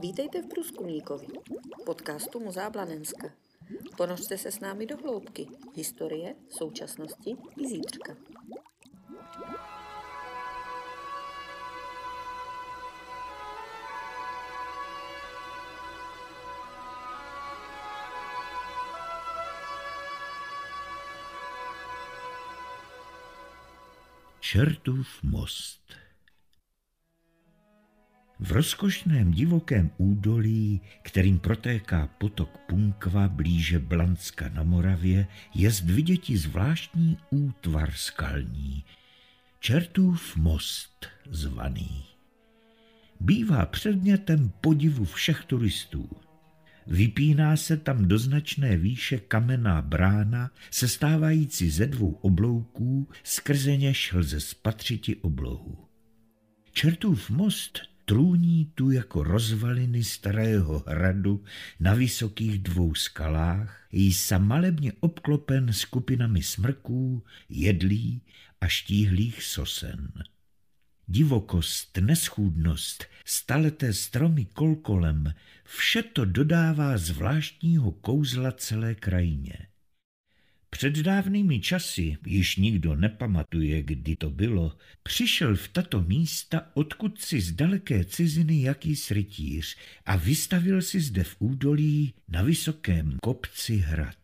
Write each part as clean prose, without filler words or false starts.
Vítejte v Průzkumníkovi, podcastu Muzea Blanenska. Ponořte se s námi do hloubky historie, současnosti i zítřka. Čertův most. V rozkošném divokém údolí, kterým protéká potok Punkva blíže Blanska na Moravě, jest viděti zvláštní útvar skalní, Čertův most zvaný. Bývá předmětem podivu všech turistů. Vypíná se tam do značné výše kamenná brána, sestávající ze 2 oblouků, skrze něž lze spatřiti oblohu. Čertův most trůní tu jako rozvaliny starého hradu na vysokých 2 skalách, jsa malebně obklopen skupinami smrků, jedlí a štíhlých sosen. Divokost, neschůdnost, staleté stromy kolkolem, vše to dodává zvláštního kouzla celé krajině. Před dávnými časy, již nikdo nepamatuje, kdy to bylo, přišel v tato místa odkudsi z daleké ciziny jakýsi rytíř a vystavil si zde v údolí na vysokém kopci hrad.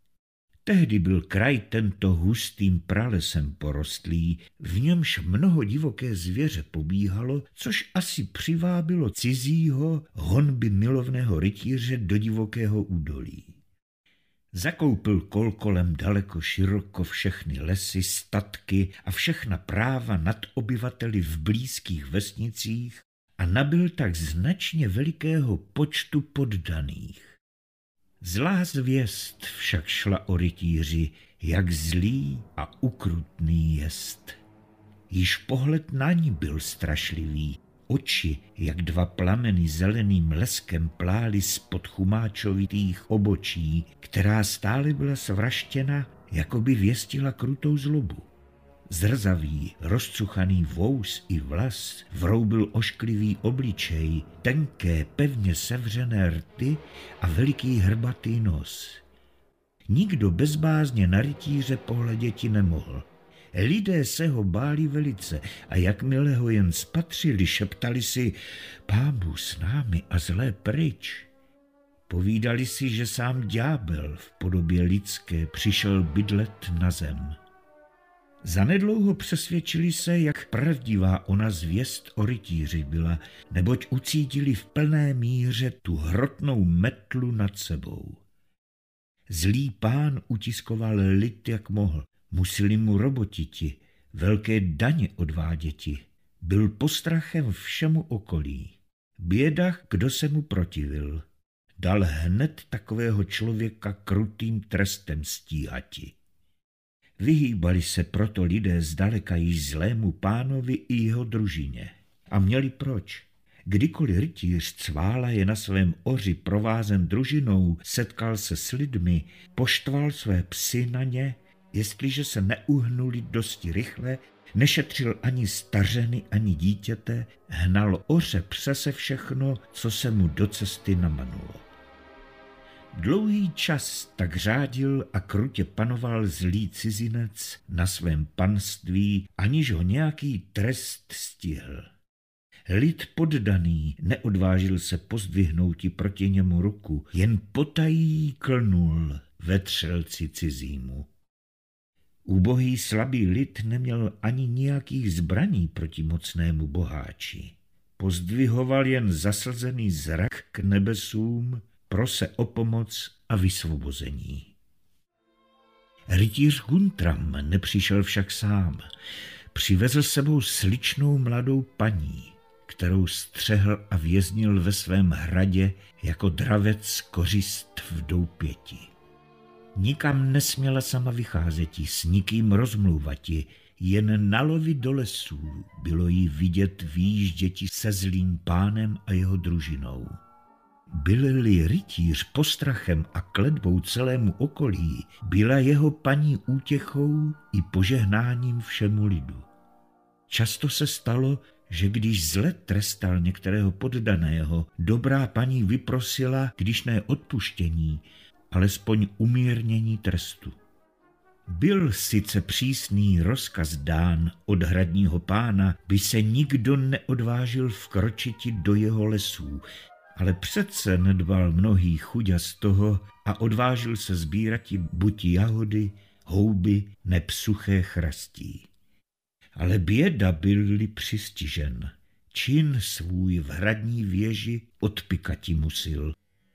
Tehdy byl kraj tento hustým pralesem porostlý, v němž mnoho divoké zvěře pobíhalo, což asi přivábilo cizího, honby milovného rytíře do divokého údolí. Zakoupil kolkolem daleko široko všechny lesy, statky a všechna práva nad obyvateli v blízkých vesnicích a nabyl tak značně velikého počtu poddaných. Zlá zvěst však šla o rytíři, jak zlý a ukrutný jest. Již pohled na ní byl strašlivý, oči, jak 2 plameny zeleným leskem plály spod chumáčovitých obočí, která stále byla svraštěna, jako by věstila krutou zlobu. Zrzavý, rozcuchaný vous i vlas vroubil ošklivý obličej, tenké, pevně sevřené rty a veliký hrbatý nos. Nikdo bezbázně na rytíře pohleděti nemohl. Lidé se ho báli velice a jakmile ho jen spatřili, šeptali si: Pánbůh s námi a zlé pryč. Povídali si, že sám ďábel v podobě lidské přišel bydlet na zem. Zanedlouho přesvědčili se, jak pravdivá ona zvěst o rytíři byla, neboť ucítili v plné míře tu hrotnou metlu nad sebou. Zlý pán utiskoval lid, jak mohl. Museli mu robotiti, velké daně odváděti. Byl postrachem všemu okolí. Běda, kdo se mu protivil. Dal hned takového člověka krutým trestem stíhati. Vyhýbali se proto lidé zdaleka již zlému pánovi i jeho družině. A měli proč. Kdykoliv rytíř Cvála je na svém oři provázen družinou, setkal se s lidmi, poštval své psy na ně, jestliže se neuhnuli dosti rychle, nešetřil ani stařeny, ani dítěte, hnal oře přese všechno, co se mu do cesty namanulo. Dlouhý čas tak řádil a krutě panoval zlý cizinec na svém panství, aniž ho nějaký trest stihl. Lid poddaný neodvážil se pozdvihnouti proti němu ruku, jen potají klnul ve třelci cizímu. Ubohý slabý lid neměl ani nějakých zbraní proti mocnému boháči. Pozdvihoval jen zaslzený zrak k nebesům, prose o pomoc a vysvobození. Rytíř Guntram nepřišel však sám. Přivezl sebou sličnou mladou paní, kterou střehl a věznil ve svém hradě jako dravec kořist v doupěti. Nikam nesměla sama vycházeti, s nikým rozmluvati, jen na lovi do lesů bylo jí vidět výjížděti se zlým pánem a jeho družinou. Byl-li rytíř postrachem a kletbou celému okolí, byla jeho paní útěchou i požehnáním všemu lidu. Často se stalo, že když zle trestal některého poddaného, dobrá paní vyprosila, když ne odpuštění, alespoň umírnění trestu. Byl sice přísný rozkaz dán od hradního pána, by se nikdo neodvážil vkročiti do jeho lesů, ale přece nedbal mnohý chuďa z toho a odvážil se sbírati buď jahody, houby, neb suché chrastí. Ale běda byl-li přistižen, čin svůj v hradní věži odpykati musil.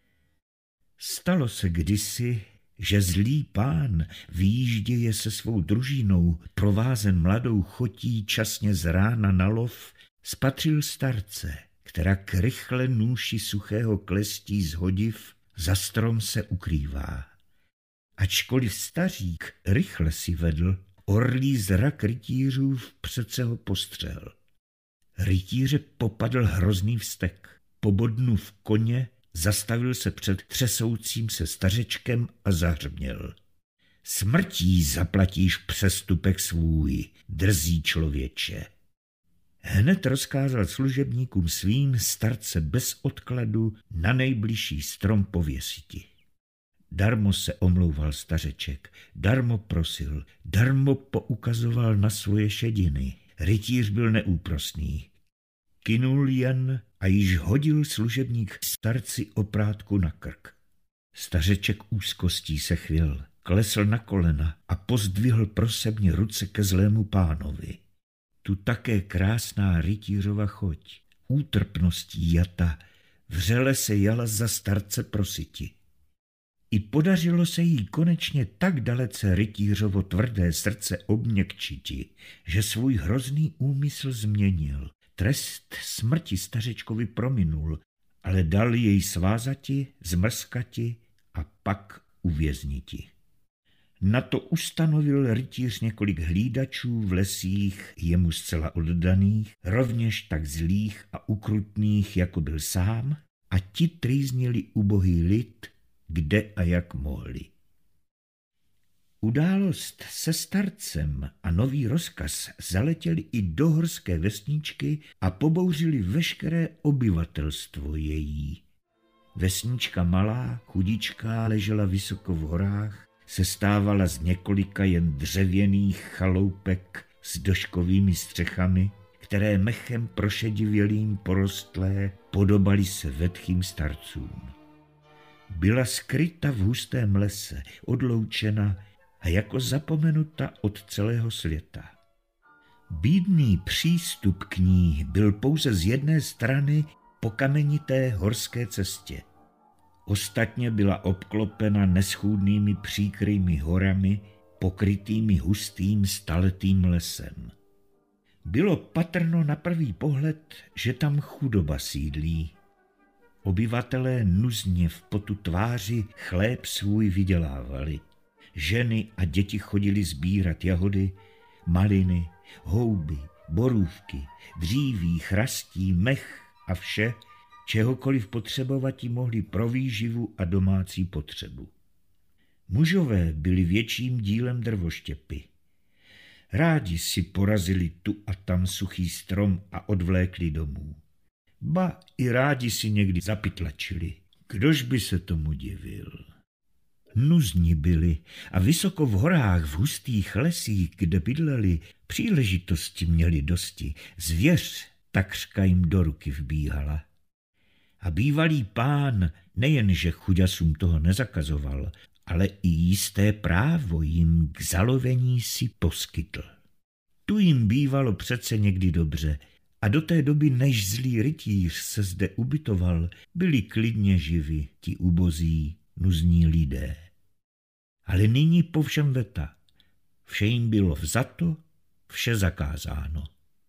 Stalo se kdysi, že zlý pán výjížděje se svou družinou, provázen mladou chotí časně z rána na lov, spatřil starce, kterak rychle nůši suchého klestí z hodiv, za strom se ukrývá. Ačkoliv stařík rychle si vedl, orlí zrak rytířů přece ho postřehl. Rytíře popadl hrozný vztek, pobodnův koně, zastavil se před třesoucím se stařečkem a zahřměl. Smrtí zaplatíš přestupek svůj, drzý člověče. Hned rozkázal služebníkům svým starce bez odkladu na nejbližší strom pověsiti. Darmo se omlouval stařeček, darmo prosil, darmo poukazoval na svoje šediny. Rytíř byl neúprosný. Kynul jen a již hodil služebník starci oprátku na krk. Stařeček úzkostí se chvěl, klesl na kolena a pozdvihl prosebně ruce ke zlému pánovi. Tu také krásná rytířova choť, útrpností jata, vřele se jala za starce prositi. I podařilo se jí konečně tak dalece rytířovo tvrdé srdce obměkčiti, že svůj hrozný úmysl změnil. Trest smrti stařečkovi prominul, ale dal jej svázati, zmrskati a pak uvězniti. Na to ustanovil rytíř několik hlídačů v lesích jemu zcela oddaných, rovněž tak zlých a ukrutných, jako byl sám, a ti trýznili ubohý lid, kde a jak mohli. Událost se starcem a nový rozkaz zaletěli i do horské vesničky a pobouřili veškeré obyvatelstvo její. Vesnička malá, chudičká, ležela vysoko v horách, sestávala z několika jen dřevěných chaloupek s doškovými střechami, které mechem prošedivělým porostlé podobaly se vetchým starcům. Byla skryta v hustém lese, odloučena a jako zapomenuta od celého světa. Bídný přístup k ní byl pouze z jedné strany po kamenité horské cestě. Ostatně byla obklopena neschůdnými příkrými horami, pokrytými hustým staletým lesem. Bylo patrno na první pohled, že tam chudoba sídlí. Obyvatelé nuzně v potu tváři chléb svůj vydělávali. Ženy a děti chodili sbírat jahody, maliny, houby, borůvky, dříví, chrastí, mech a vše, čehokoliv potřebovati mohli pro výživu a domácí potřebu. Mužové byli větším dílem drvoštěpy. Rádi si porazili tu a tam suchý strom a odvlékli domů. Ba i rádi si někdy zapytlačili. Kdož by se tomu divil? Nuzní byli a vysoko v horách, v hustých lesích, kde bydleli, příležitosti měli dosti. Zvěř takřka jim do ruky vbíhala. A bývalý pán nejenže chuďasům toho nezakazoval, ale i jisté právo jim k zalovení si poskytl. Tu jim bývalo přece někdy dobře a do té doby, než zlý rytíř se zde ubytoval, byli klidně živi ti ubozí, nuzní lidé. Ale nyní po všem veta. Vše jim bylo vzato, vše zakázáno.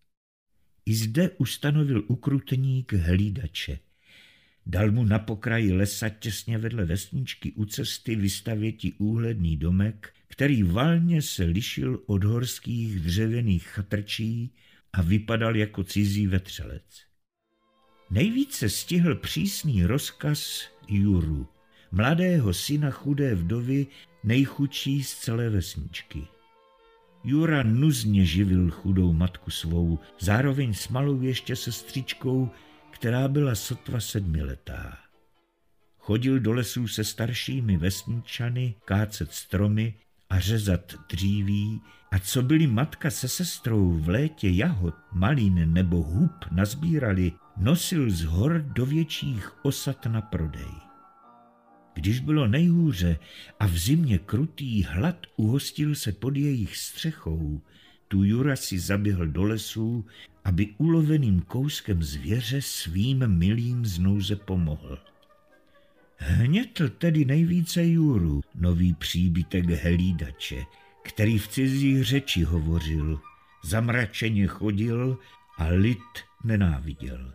I zde ustanovil ukrutník hlídače. Dal mu na pokraji lesa těsně vedle vesničky u cesty vystavěti úhledný domek, který valně se lišil od horských dřevěných chatrčí a vypadal jako cizí vetřelec. Nejvíce stihl přísný rozkaz Juru, mladého syna chudé vdovy, nejchudší z celé vesničky. Jura nuzně živil chudou matku svou, zároveň s malou ještě sestřičkou, která byla sotva 7letá. Chodil do lesů se staršími vesničany kácet stromy a řezat dříví, a co byli matka se sestrou v létě jahod, malin nebo hub nazbírali, nosil z hor do větších osad na prodej. Když bylo nejhůře a v zimě krutý hlad uhostil se pod jejich střechou, tu Jura si zaběhl do lesů, aby uloveným kouskem zvěře svým milým z nouze pomohl. Hnětl tedy nejvíce Juru nový příbytek hlídače, který v cizí řeči hovořil, zamračeně chodil a lid nenáviděl.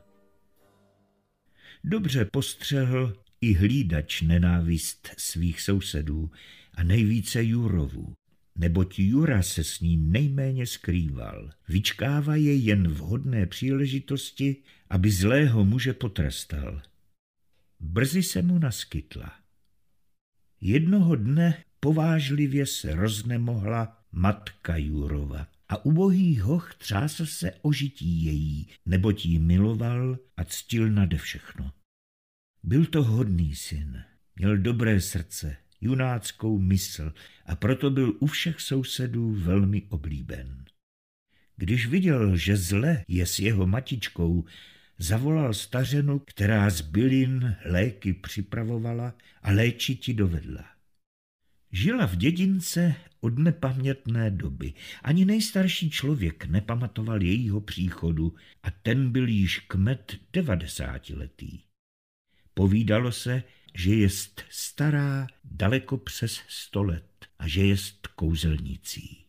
Dobře postřehl i hlídač nenávist svých sousedů a nejvíce Jurovu, neboť Jura se s ní nejméně skrýval. Vyčkává je jen vhodné příležitosti, aby zlého muže potrestal. Brzy se mu naskytla. Jednoho dne povážlivě se roznemohla matka Jurova a ubohý hoch třásl se o žití její, neboť ji miloval a ctil nade všechno. Byl to hodný syn, měl dobré srdce, junáckou mysl a proto byl u všech sousedů velmi oblíben. Když viděl, že zle je s jeho matičkou, zavolal stařenu, která z bylin léky připravovala a léčiti dovedla. Žila v dědince od nepamětné doby. Ani nejstarší člověk nepamatoval jejího příchodu a ten byl již kmet 90letý. Povídalo se, že jest stará daleko přes 100 let a že jest kouzelnicí.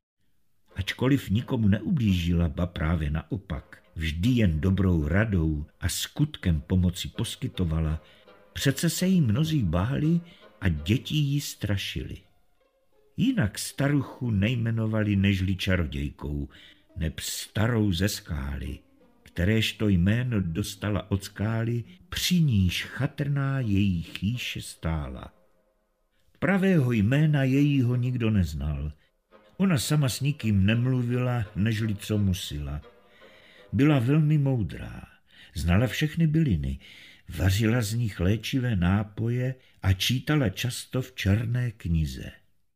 Ačkoliv nikomu neublížila, ba právě naopak, vždy jen dobrou radou a skutkem pomoci poskytovala, přece se jí mnozí báli a děti jí strašili. Jinak staruchu nejmenovali nežli čarodějkou, neb starou ze skály, kteréžto jméno dostala od skály, při níž chatrná její chýše stála. Pravého jména jejího nikdo neznal. Ona sama s nikým nemluvila, nežli co musila. Byla velmi moudrá, znala všechny byliny, vařila z nich léčivé nápoje a čítala často v černé knize.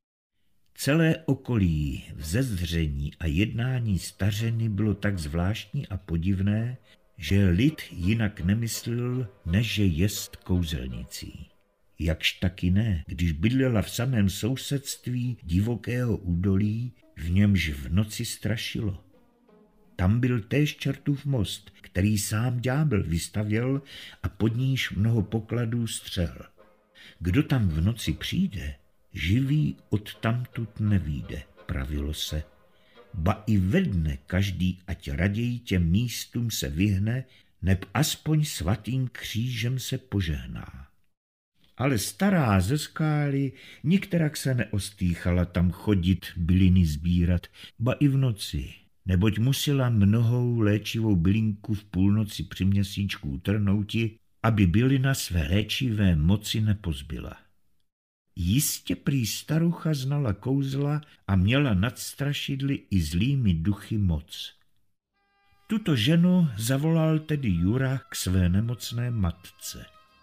Celé okolí, vzezření a jednání stařeny bylo tak zvláštní a podivné, že lid jinak nemyslel, než že jest kouzelnicí. Jakž taky ne, když bydlela v samém sousedství divokého údolí, v němž v noci strašilo. Tam byl též Čertův most, který sám ďábel vystavěl a pod níž mnoho pokladů střehl. Kdo tam v noci přijde, živý odtamtud nevyjde, pravilo se. Ba i ve dne každý, ať raději těm místům se vyhne, neb aspoň svatým křížem se požehná. Ale stará ze skály nikterak se neostýchala tam chodit, byliny sbírat, ba i v noci, neboť musela mnohou léčivou bylinku v půlnoci při měsíčku utrhnouti, aby bylina své léčivé moci nepozbyla. Jistě prý starucha znala kouzla a měla nad strašidly i zlými duchy moc. Tuto ženu zavolal tedy Jura k své nemocné matce.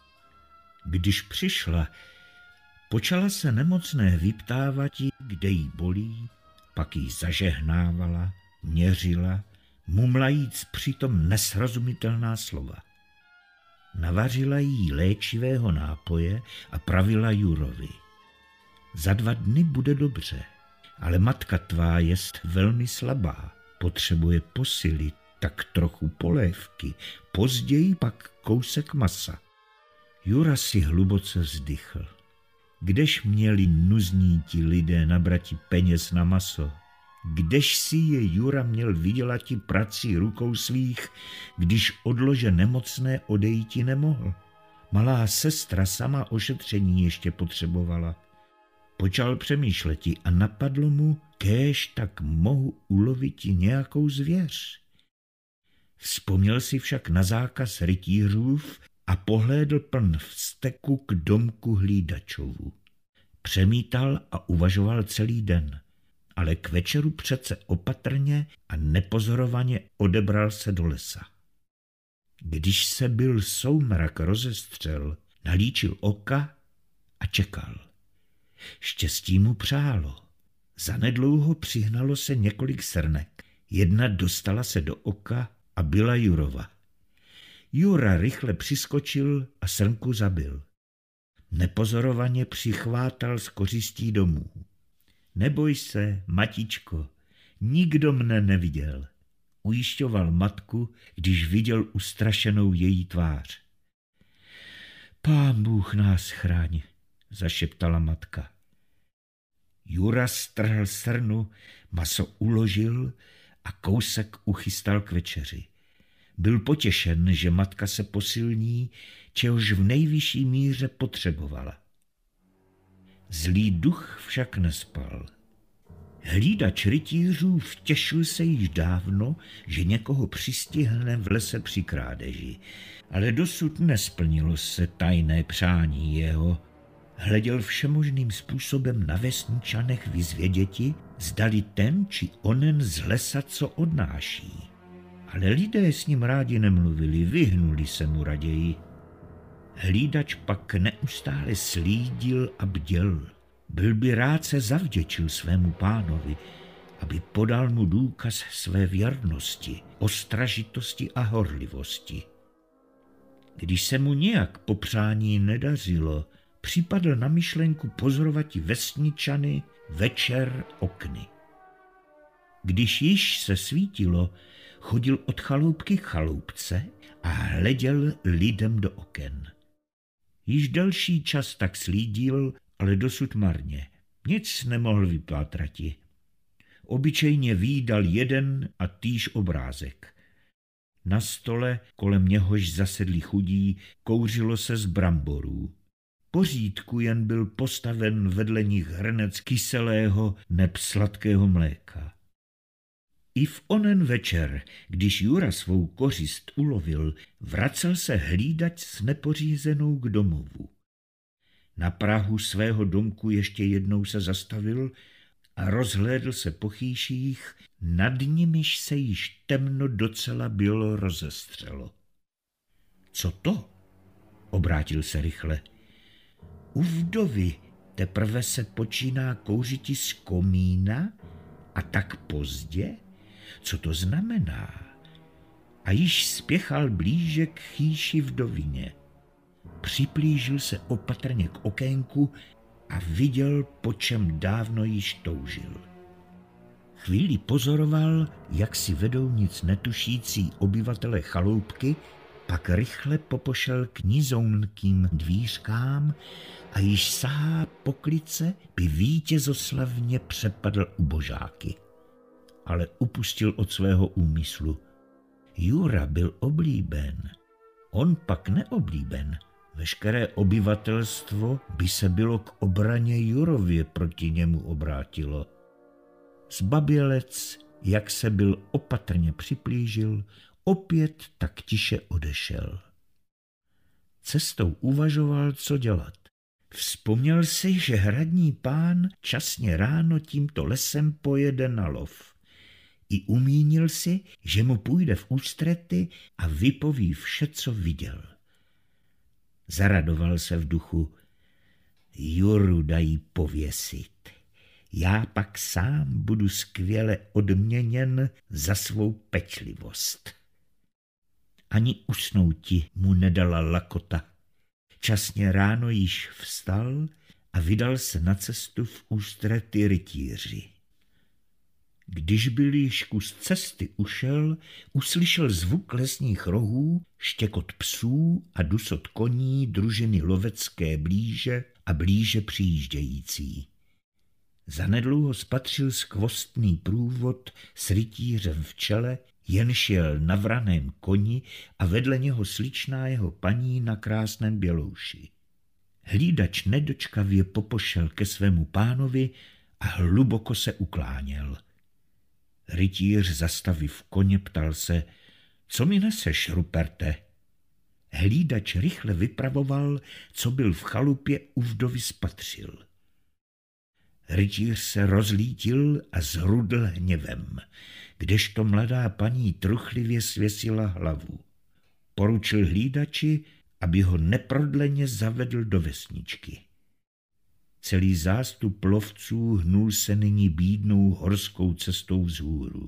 Když přišla, počala se nemocné vyptávati, kde jí bolí, pak jí zažehnávala, měřila, mumlajíc přitom nesrozumitelná slova. Navařila jí léčivého nápoje a pravila Jurovi. Za 2 dny bude dobře, ale matka tvá jest velmi slabá, potřebuje posilit, tak trochu polévky, později pak kousek masa. Jura si hluboce vzdychl. Kdež měli nuzní ti lidé nabrati peněz na maso? Kdež si je Jura měl vydělati prací rukou svých, když odlože nemocné odejti nemohl? Malá sestra sama ošetření ještě potřebovala. Počal přemýšleti a napadlo mu, kéž tak mohu uloviti nějakou zvěř. Vzpomněl si však na zákaz rytířův a pohlédl pln vzteku k domku hlídačovu. Přemítal a uvažoval celý den. ale k večeru přece opatrně a nepozorovaně odebral se do lesa. Když se byl soumrak rozestřel, nalíčil oka a čekal. Štěstí mu přálo. Zanedlouho přihnalo se několik srnek. Jedna dostala se do oka a byla Jurova. Jura rychle přiskočil a srnku zabil. Nepozorovaně přichvátal z kořistí domů. Neboj se, matičko, nikdo mne neviděl, ujišťoval matku, když viděl ustrašenou její tvář. Pán Bůh nás chráň, zašeptala matka. Jura strhl srnu, maso uložil a kousek uchystal k večeři. Byl potěšen, že matka se posilní, čehož v nejvyšší míře potřebovala. Zlý duch však nespal. Hlídač rytířů vtěšil se již dávno, že někoho přistihne v lese při krádeži, ale dosud nesplnilo se tajné přání jeho. Hleděl všemožným způsobem na vesničanech vyzvěděti, zdali ten či onen z lesa co odnáší. Ale lidé s ním rádi nemluvili, vyhnuli se mu raději. Hlídač pak neustále slídil a bděl. Byl by rád se zavděčil svému pánovi, aby podal mu důkaz své věrnosti, ostražitosti a horlivosti. Když se mu nějak po přání nedařilo, připadl na myšlenku pozorovati vesničany večer okny. Když již se svítilo, chodil od chaloupky k chaloupce a hleděl lidem do oken. Již delší čas tak slídil, ale dosud marně. Nic nemohl vypátrati. Obyčejně vídal jeden a týž obrázek. Na stole, kolem něhož zasedli chudí, kouřilo se z bramborů. Pořídku jen byl postaven vedle nich hrnec kyselého neb sladkého mléka. I v onen večer, když Jura svou kořist ulovil, vracel se hlídač s nepořízenou k domovu. Na prahu svého domku ještě jednou se zastavil a rozhlédl se po chýších, nad nimiž se již temno docela bylo rozestřelo. Co to? Obrátil se rychle. U vdovy teprve se počíná kouřiti z komína a tak pozdě? Co to znamená? A již spěchal blíže k chýši vdovině. Připlížil se opatrně k okénku a viděl, po čem dávno již toužil. Chvíli pozoroval, jak si vedou nic netušící obyvatele chaloupky, pak rychle popošel k nizounkým dvířkám a již sahá po klice, by vítězoslavně přepadl ubožáky. Ale upustil od svého úmyslu. Jura byl oblíben, on pak neoblíben. Veškeré obyvatelstvo by se bylo k obraně Jurově proti němu obrátilo. Zbabělec, jak se byl opatrně připlížil, opět tak tiše odešel. Cestou uvažoval, co dělat. Vzpomněl si, že hradní pán časně ráno tímto lesem pojede na lov. I umínil si, že mu půjde v ústrety a vypoví vše, co viděl. Zaradoval se v duchu. Juru dají pověsit. Já pak sám budu skvěle odměněn za svou pečlivost. Ani usnouti mu nedala lakota. Časně ráno již vstal a vydal se na cestu v ústrety rytíři. Když byl již kus cesty ušel, uslyšel zvuk lesních rohů, štěkot psů a dusot koní družiny lovecké blíže a blíže přijíždějící. Zanedlouho spatřil skvostný průvod s rytířem v čele, jenž jel na vraném koni a vedle něho sličná jeho paní na krásném bělouši. Hlídač nedočkavě popošel ke svému pánovi a hluboko se ukláněl. Rytíř zastaviv koně ptal se, co mi neseš, Ruperte? Hlídač rychle vypravoval, co byl v chalupě u vdovy spatřil. Rytíř se rozlítil a zrudl hněvem, kdežto mladá paní truchlivě svěsila hlavu. Poručil hlídači, aby ho neprodleně zavedl do vesničky. Celý zástup lovců hnul se nyní bídnou horskou cestou vzhůru.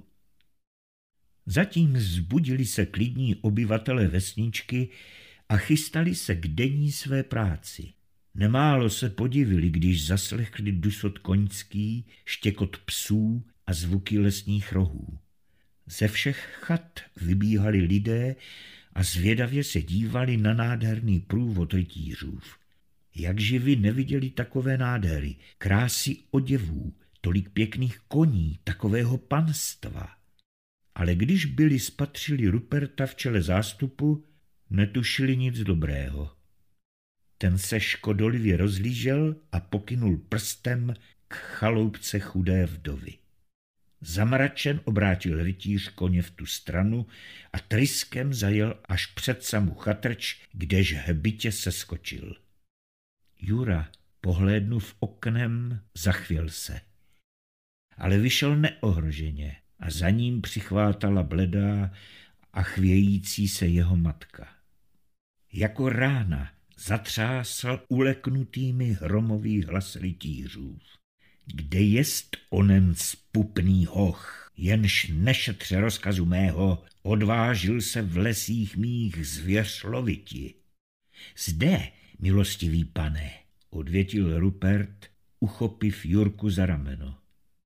Zatím vzbudili se klidní obyvatelé vesničky a chystali se k denní své práci. Nemálo se podivili, když zaslechli dusot koňský, štěkot psů a zvuky lesních rohů. Ze všech chat vybíhali lidé a zvědavě se dívali na nádherný průvod rytířův. Jak živi neviděli takové nádhery, krásy oděvů, tolik pěkných koní, takového panstva. Ale když byli spatřili Ruperta v čele zástupu, netušili nic dobrého. Ten se škodolivě rozlížel a pokynul prstem k chaloupce chudé vdovy. Zamračen obrátil rytíř koně v tu stranu a tryskem zajel až před samu chatrč, kdež hbitě seskočil. Jura, pohlédnuv oknem, zachvěl se. Ale vyšel neohroženě a za ním přichvátala bledá a chvějící se jeho matka. Jako rána zatřásl uleknutými hromový hlas rytířů. Kde jest onen spupný hoch, jenž nešetře rozkazu mého, odvážil se v lesích mých zvěř loviti. Zde, milostivý pane, odvětil Rupert, uchopiv Jurku za rameno.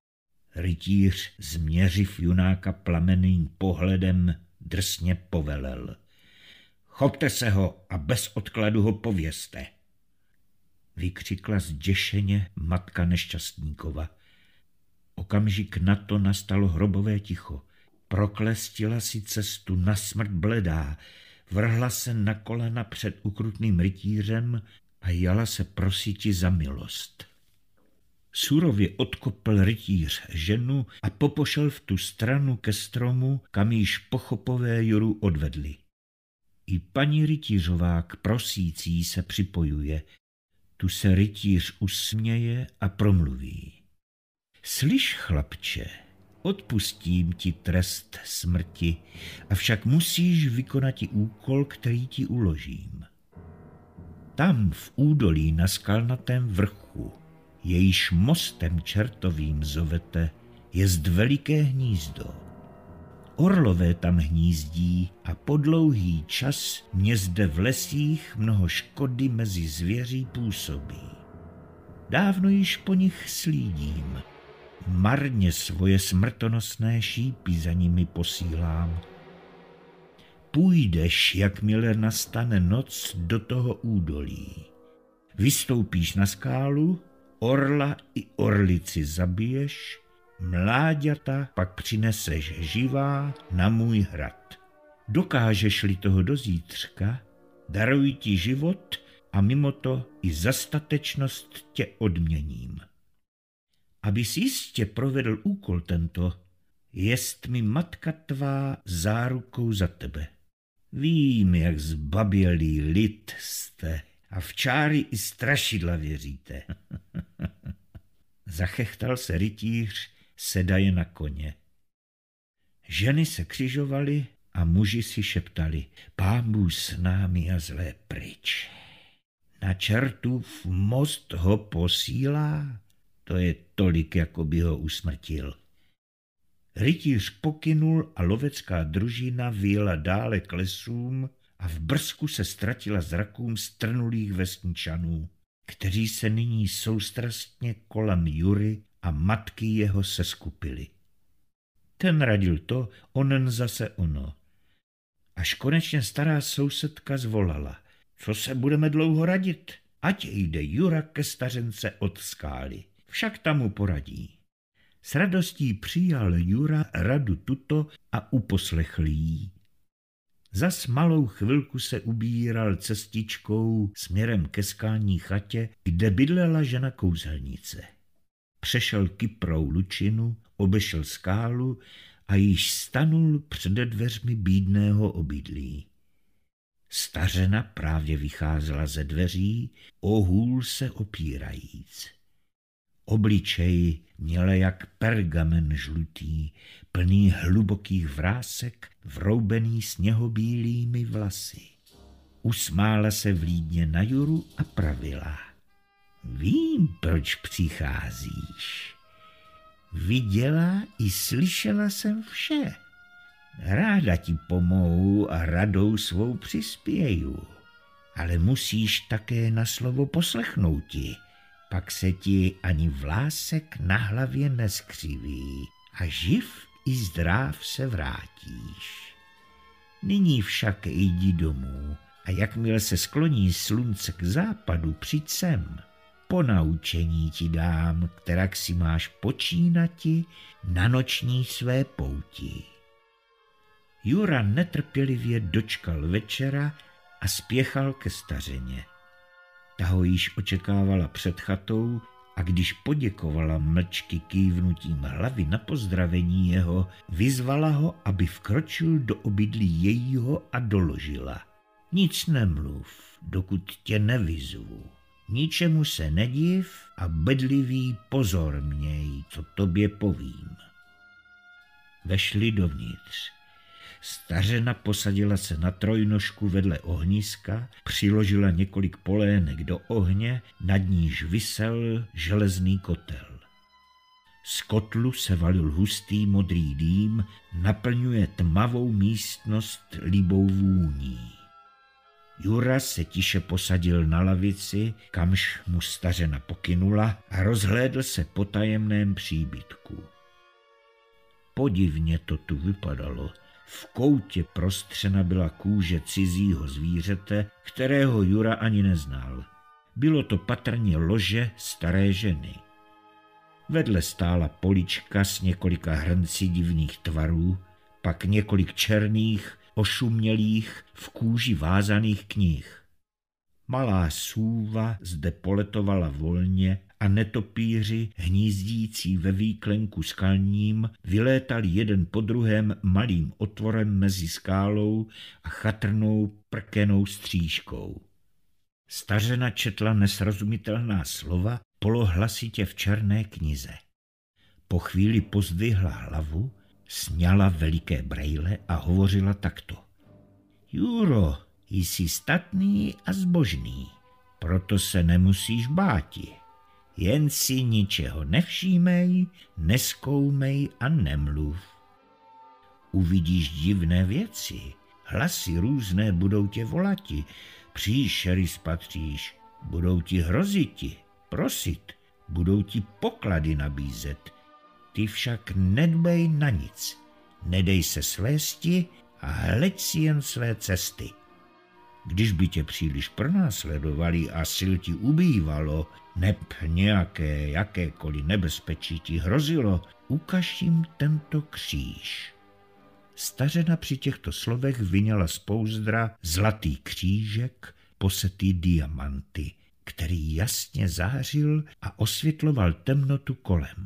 Rytíř, změřiv junáka plamenným pohledem, drsně povelel. Chopte se ho a bez odkladu ho povězte. Vykřikla zděšeně matka nešťastníkova. Okamžik na to nastalo hrobové ticho. Proklestila si cestu na smrt bledá, vrhla se na kolena před ukrutným rytířem a jala se prositi za milost. Surově odkopl rytíř ženu a popošel v tu stranu ke stromu, kam již pochopové Juru odvedli. I paní rytířová k prosící se připojuje. Tu se rytíř usměje a promluví. Slyš, chlapče, odpustím ti trest smrti, avšak musíš vykonat i úkol, který ti uložím. Tam v údolí na skalnatém vrchu, jejíž mostem čertovým zovete, jest veliké hnízdo. Orlové tam hnízdí a po dlouhý čas mě zde v lesích mnoho škody mezi zvěří působí. Dávno již po nich slídím, marně svoje smrtonosné šípy za nimi posílám. Půjdeš, jakmile nastane noc, do toho údolí. Vystoupíš na skálu, orla i orlici zabiješ, mláďata pak přineseš živá na můj hrad. Dokážeš-li toho do zítřka, daruji ti život a mimo to i za statečnost tě odměním. Abys jistě provedl úkol tento, jest mi matka tvá zárukou za tebe. Vím, jak zbabělý lid jste a v čáry i strašidla věříte. Zachechtal se rytíř, sedaje na koně. Ženy se křižovaly a muži si šeptali: Pán Bůh s námi a zlé pryč. Na čertův most ho posílá, to je tolik, jako by ho usmrtil. Rytíř pokynul a lovecká družina vyjela dále k lesům a v brzku se ztratila zrakům strnulých vesničanů, kteří se nyní soustrastně kolem Jury a matky jeho seskupili. Ten radil to, onen zase ono. Až konečně stará sousedka zvolala: Co se budeme dlouho radit? Ať jde Jura ke stařence od skály, však tam mu poradí. S radostí přijal Jura radu tuto a uposlechl jí. Zas malou chvilku se ubíral cestičkou směrem ke skální chatě, kde bydlela žena kouzelnice. Přešel kyprou lučinu, obešel skálu a již stanul před dveřmi bídného obydlí. Stařena právě vycházela ze dveří, o hůl se opírajíc. Obličej měl jak pergamen žlutý, plný hlubokých vrásek, vroubený sněhobílými vlasy. Usmála se vlídně na Juru a pravila. Vím, proč přicházíš. Viděla i slyšela jsem vše. Ráda ti pomohu a radou svou přispěju. Ale musíš také na slovo poslechnouti, pak se ti ani vlásek na hlavě neskřiví a živ i zdrav se vrátíš. Nyní však jdi domů a jakmile se skloní slunce k západu, přijď sem. Ponaučení ti dám, kterak si máš počínati na noční své pouti. Jura netrpělivě dočkal večera a spěchal ke stařeně. Ta ho již očekávala před chatou a když poděkovala mlčky kývnutím hlavy na pozdravení jeho, vyzvala ho, aby vkročil do obydlí jejího a doložila. Nic nemluv, dokud tě nevyzvu. Ničemu se nediv a bedlivý pozor měj, co tobě povím. Vešli dovnitř. Stařena posadila se na trojnožku vedle ohniska, přiložila několik polének do ohně, nad níž visel železný kotel. Z kotlu se valil hustý modrý dým, naplňuje tmavou místnost líbou vůní. Jura se tiše posadil na lavici, kamž mu stařena pokynula a rozhlédl se po tajemném příbytku. Podivně to tu vypadalo. V koutě prostřena byla kůže cizího zvířete, kterého Jura ani neznal. Bylo to patrně lože staré ženy. Vedle stála polička s několika hrnci divných tvarů, pak několik černých, ošumělých, v kůži vázaných knih. Malá sůva zde poletovala volně a netopýři, hnízdící ve výklenku skalním, vylétali jeden po druhém malým otvorem mezi skálou a chatrnou prkenou střížkou. Stařena četla nesrozumitelná slova polohlasitě v černé knize. Po chvíli pozdvihla hlavu, sňala veliké brejle a hovořila takto. Juro, jsi statný a zbožný, proto se nemusíš báti. Jen si ničeho nevšímej, nezkoumej a nemluv. Uvidíš divné věci, hlasy různé budou tě volati, příšery spatříš, budou ti hroziti, prosit, budou ti poklady nabízet. Ty však nedbej na nic, nedej se svésti a hleď si jen své cesty. Když by tě příliš pronásledovali a sil ti ubývalo, neb nějaké jakékoliv nebezpečí ti hrozilo, ukaž jim tento kříž. Stařena při těchto slovech vyňala z pouzdra zlatý křížek posetý diamanty, který jasně zářil a osvětloval temnotu kolem.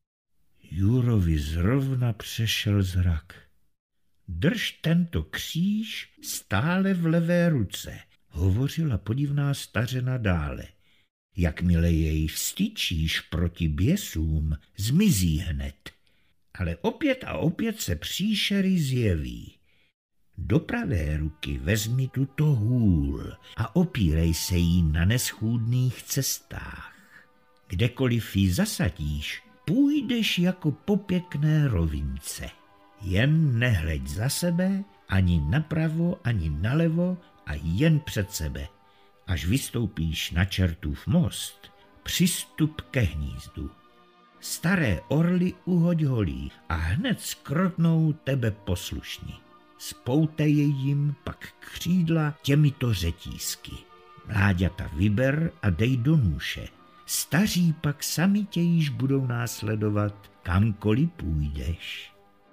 Jurovi zrovna přešel zrak. Drž tento kříž stále v levé ruce, hovořila podivná stařena dále. Jakmile jej vstyčíš proti běsům, zmizí hned, ale opět a opět se příšery zjeví. Do pravé ruky vezmi tuto hůl a opírej se jí na neschůdných cestách. Kdekoliv ji zasadíš, půjdeš jako po pěkné rovince. Jen nehleď za sebe, ani napravo, ani nalevo a jen před sebe. Až vystoupíš na Čertův most, přistup ke hnízdu. Staré orly uhoď holí a hned skrotnou tebe poslušní. Spoutej jim pak křídla těmito řetízky. Mláďata vyber a dej do nůše. Staří pak sami tě již budou následovat, kamkoliv půjdeš.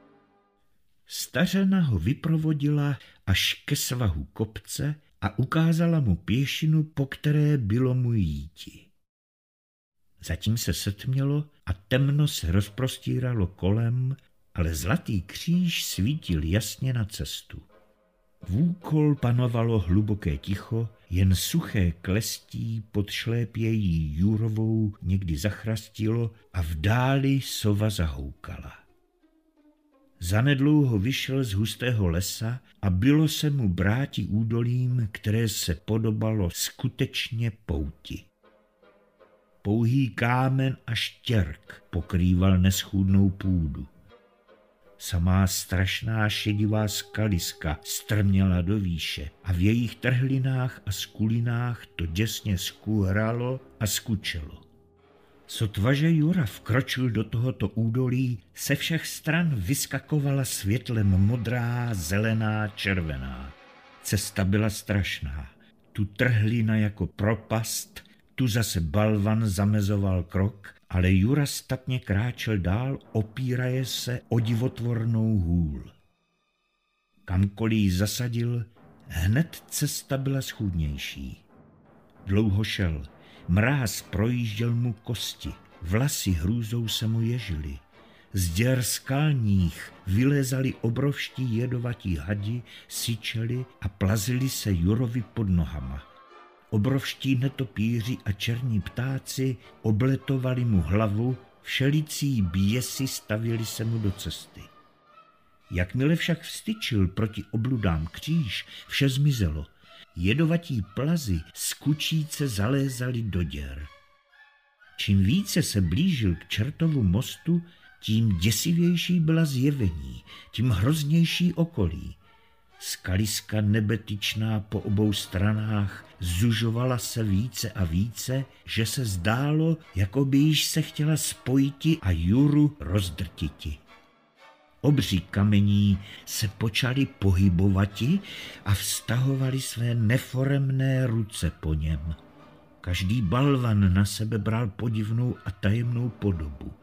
Stařena ho vyprovodila až ke svahu kopce a ukázala mu pěšinu, po které bylo mu jíti. Zatím se setmělo a temno se rozprostíralo kolem, ale zlatý kříž svítil jasně na cestu. Vůkol panovalo hluboké ticho, jen suché klestí pod šlépějí Jurovou někdy zachrastilo a v dáli sova zahoukala. Zanedlouho vyšel z hustého lesa a bylo se mu bráti údolím, které se podobalo skutečně pouti. Pouhý kámen a štěrk pokrýval neschůdnou půdu. Samá strašná šedivá skaliska strměla do výše a v jejich trhlinách a skulinách to děsně skůhralo a skučelo. Sotvaže Jura vkročil do tohoto údolí, se všech stran vyskakovala světlem modrá, zelená, červená. Cesta byla strašná, tu trhlina jako propast, tu zase balvan zamezoval krok, ale Jura statně kráčel dál, opíraje se o divotvornou hůl. Kamkoliv ji zasadil, hned cesta byla schůdnější. Dlouho šel, mráz projížděl mu kosti, vlasy hrůzou se mu ježily. Z děr skalních vylézali obrovští jedovatí hadi, syčeli a plazili se Jurovi pod nohama. Obrovští netopíři a černí ptáci obletovali mu hlavu, všelicí běsi stavili se mu do cesty. Jakmile však vstyčil proti obludám kříž, vše zmizelo. Jedovatí plazy z kučíce zalézali do děr. Čím více se blížil k Čertovu mostu, tím děsivější byla zjevení, tím hroznější okolí. Skaliska nebetyčná po obou stranách zužovala se více a více, že se zdálo, jako by již se chtěla spojiti a Juru rozdrtiti. Obří kamení se počali pohybovati a vztahovali své neforemné ruce po něm. Každý balvan na sebe bral podivnou a tajemnou podobu.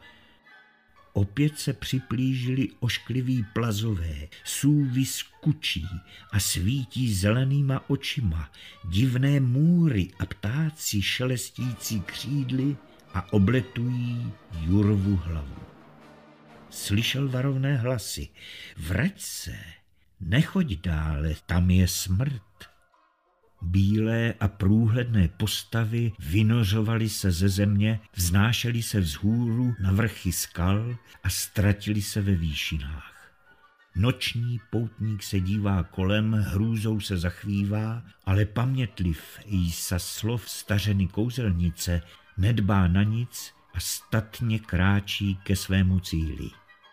Opět se připlížili oškliví plazové, sůvy z kučí a svítí zelenýma očima, divné můry a ptáci šelestící křídly a obletují Jurovu hlavu. Slyšel varovné hlasy. Vrať se, nechoď dále, tam je smrt. Bílé a průhledné postavy vynořovaly se ze země, vznášely se vzhůru na vrchy skal a ztratili se ve výšinách. Noční poutník se dívá kolem, hrůzou se zachvívá, ale pamětliv jísa slov stařeny kouzelnice nedbá na nic a statně kráčí ke svému cíli.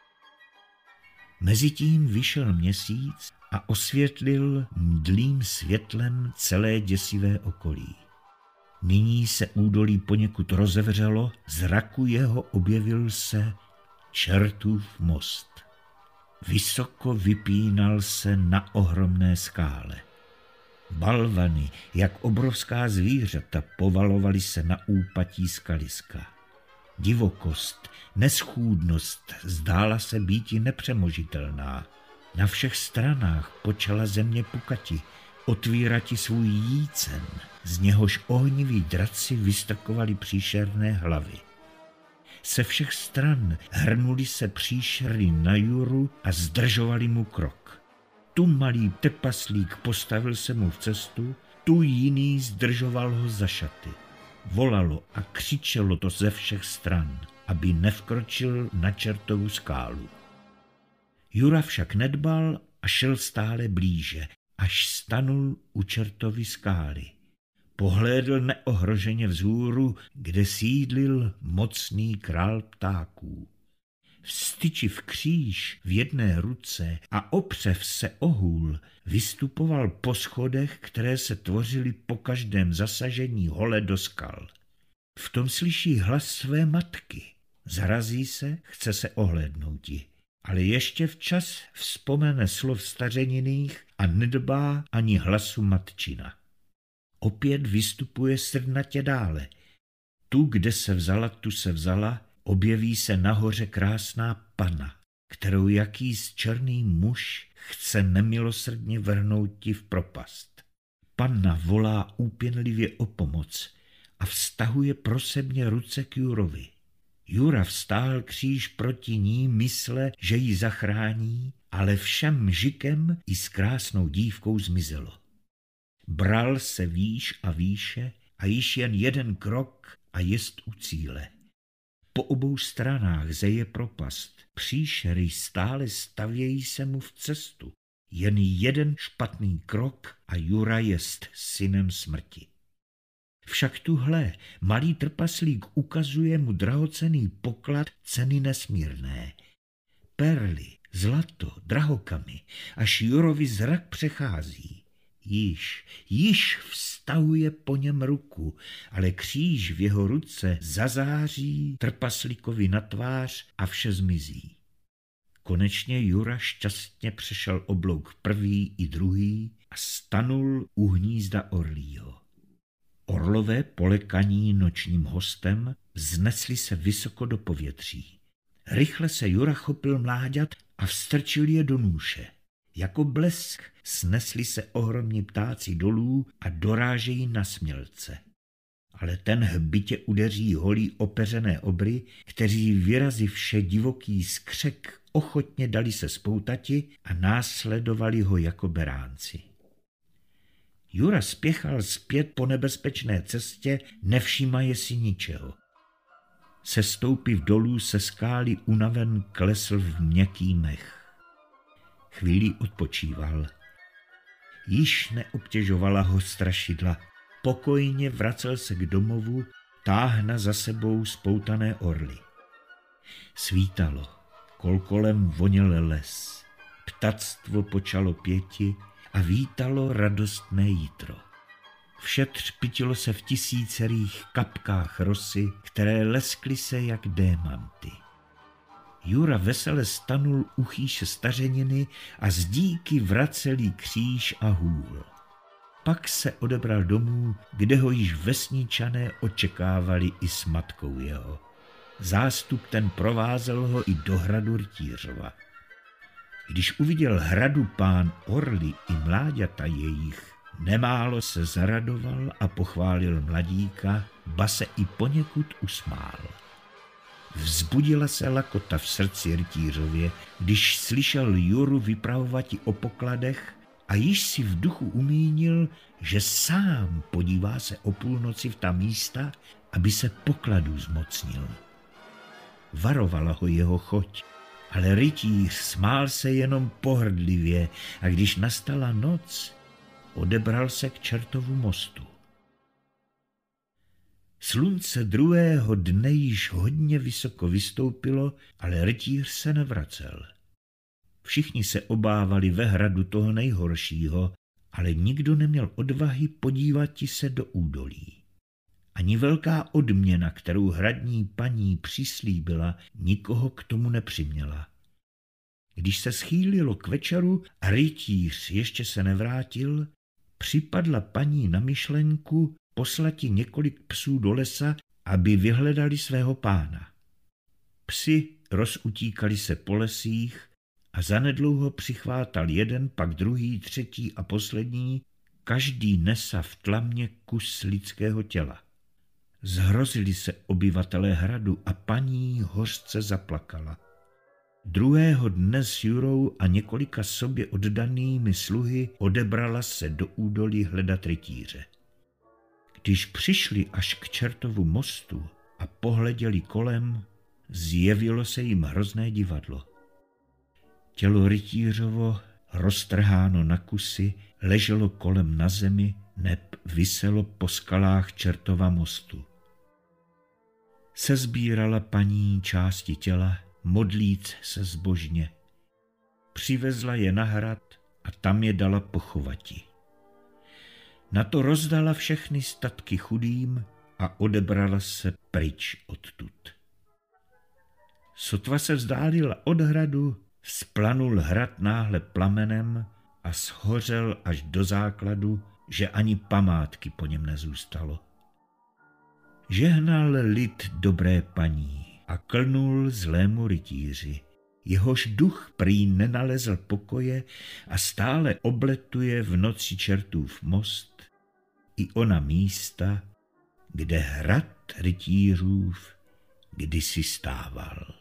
Mezitím vyšel měsíc a osvětlil mdlým světlem celé děsivé okolí. Nyní se údolí poněkud rozevřelo, zraku jeho objevil se Čertův most. Vysoko vypínal se na ohromné skále. Balvany, jak obrovská zvířata, povalovaly se na úpatí skaliska. Divokost, neschůdnost zdála se býti nepřemožitelná. Na všech stranách počala země pukati, otvírati svůj jícen, z něhož ohniví draci vystrkovali příšerné hlavy. Se všech stran hrnuli se příšery na Juru a zdržovali mu krok. Tu malý trpaslík postavil se mu v cestu, tu jiný zdržoval ho za šaty. Volalo a křičelo to ze všech stran, aby nevkročil na Čertovu skálu. Jura však nedbal a šel stále blíže, až stanul u Čertovy skály. Pohlédl neohroženě vzhůru, kde sídlil mocný král ptáků. Vstyčiv kříž v jedné ruce a opřev se o hůl, vystupoval po schodech, které se tvořily po každém zasažení hole do skal. V tom slyší hlas své matky. Zarazí se, chce se ohlédnouti, ale ještě včas vzpomene slov stařeniných a nedbá ani hlasu matčina. Opět vystupuje srdnatě dále. Tu, kde se vzala, tu se vzala, objeví se nahoře krásná panna, kterou jakýs černý muž chce nemilosrdně vrhnouti v propast. Panna volá úpěnlivě o pomoc a vztahuje prosebně ruce k Jurovi. Jura vztáhl kříž proti ní, mysle, že ji zachrání, ale všem žikem i s krásnou dívkou zmizelo. Bral se výš a výše a již jen jeden krok a jest u cíle. Po obou stranách zeje propast, příšery stále stavějí se mu v cestu. Jen jeden špatný krok a Jura jest synem smrti. Však tuhle malý trpaslík ukazuje mu drahocenný poklad ceny nesmírné. Perly, zlato, drahokamy, až Jurovi zrak přechází. Již vztahuje po něm ruku, ale kříž v jeho ruce zazáří trpaslíkovi na tvář a vše zmizí. Konečně Jura šťastně přešel oblouk prvý i druhý a stanul u hnízda orlího. Orlové polekaní nočním hostem vznesli se vysoko do povětří. Rychle se Jura chopil mláďat a vstrčil je do nůše. Jako blesk snesli se ohromní ptáci dolů a dorážejí na smělce. Ale ten hbitě udeří holí opeřené obry, kteří vyrazivše divoký skřek ochotně dali se spoutati a následovali ho jako beránci. Jura spěchal zpět po nebezpečné cestě, nevšímaje si ničeho. Sestoupiv dolů se skály unaven klesl v měkký mech. Chvíli odpočíval. Již neobtěžovala ho strašidla. Pokojně vracel se k domovu, táhna za sebou spoutané orly. Svítalo, kolkolem voněl les. Ptactvo počalo pěti a vítalo radostné jítro. Vše třpitilo se v tisícerých kapkách rosy, které leskly se jak démanty. Jura vesele stanul u chýše stařeniny a z díky vracelý kříž a hůl. Pak se odebral domů, kde ho již vesničané očekávali i s matkou jeho. Zástup ten provázel ho i do hradu Rytířova. Když uviděl hradu pán orly i mláďata jejich, nemálo se zaradoval a pochválil mladíka, ba se i poněkud usmál. Vzbudila se lakota v srdci Rytířově, když slyšel Juru vypravovati o pokladech a již si v duchu umínil, že sám podívá se o půlnoci v ta místa, aby se pokladů zmocnil. Varovala ho jeho choť, ale rytíř smál se jenom pohrdlivě a když nastala noc, odebral se k Čertovu mostu. Slunce druhého dne již hodně vysoko vystoupilo, ale rytíř se nevracel. Všichni se obávali ve hradu toho nejhoršího, ale nikdo neměl odvahy podívati se do údolí. Ani velká odměna, kterou hradní paní přislíbila, nikoho k tomu nepřiměla. Když se schýlilo k večeru a rytíř ještě se nevrátil, připadla paní na myšlenku poslati několik psů do lesa, aby vyhledali svého pána. Psi rozutíkali se po lesích a zanedlouho přichvátal jeden, pak druhý, třetí a poslední, každý nesa v tlamě kus lidského těla. Zhrozili se obyvatelé hradu a paní hořce zaplakala. Druhého dne s Jurou a několika sobě oddanými sluhy odebrala se do údolí hledat rytíře. Když přišli až k Čertovu mostu a pohleděli kolem, zjevilo se jim hrozné divadlo. Tělo rytířovo, roztrháno na kusy, leželo kolem na zemi, neb viselo po skalách Čertova mostu. Sezbírala paní části těla, modlíc se zbožně. Přivezla je na hrad a tam je dala pochovati. Na to rozdala všechny statky chudým a odebrala se pryč odtud. Sotva se vzdálila od hradu, splanul hrad náhle plamenem a shořel až do základu, že ani památky po něm nezůstalo. Žehnal lid dobré paní a klnul zlému rytíři. Jehož duch prý nenalezl pokoje a stále obletuje v noci Čertův most i ona místa, kde hrad rytířův kdysi stával.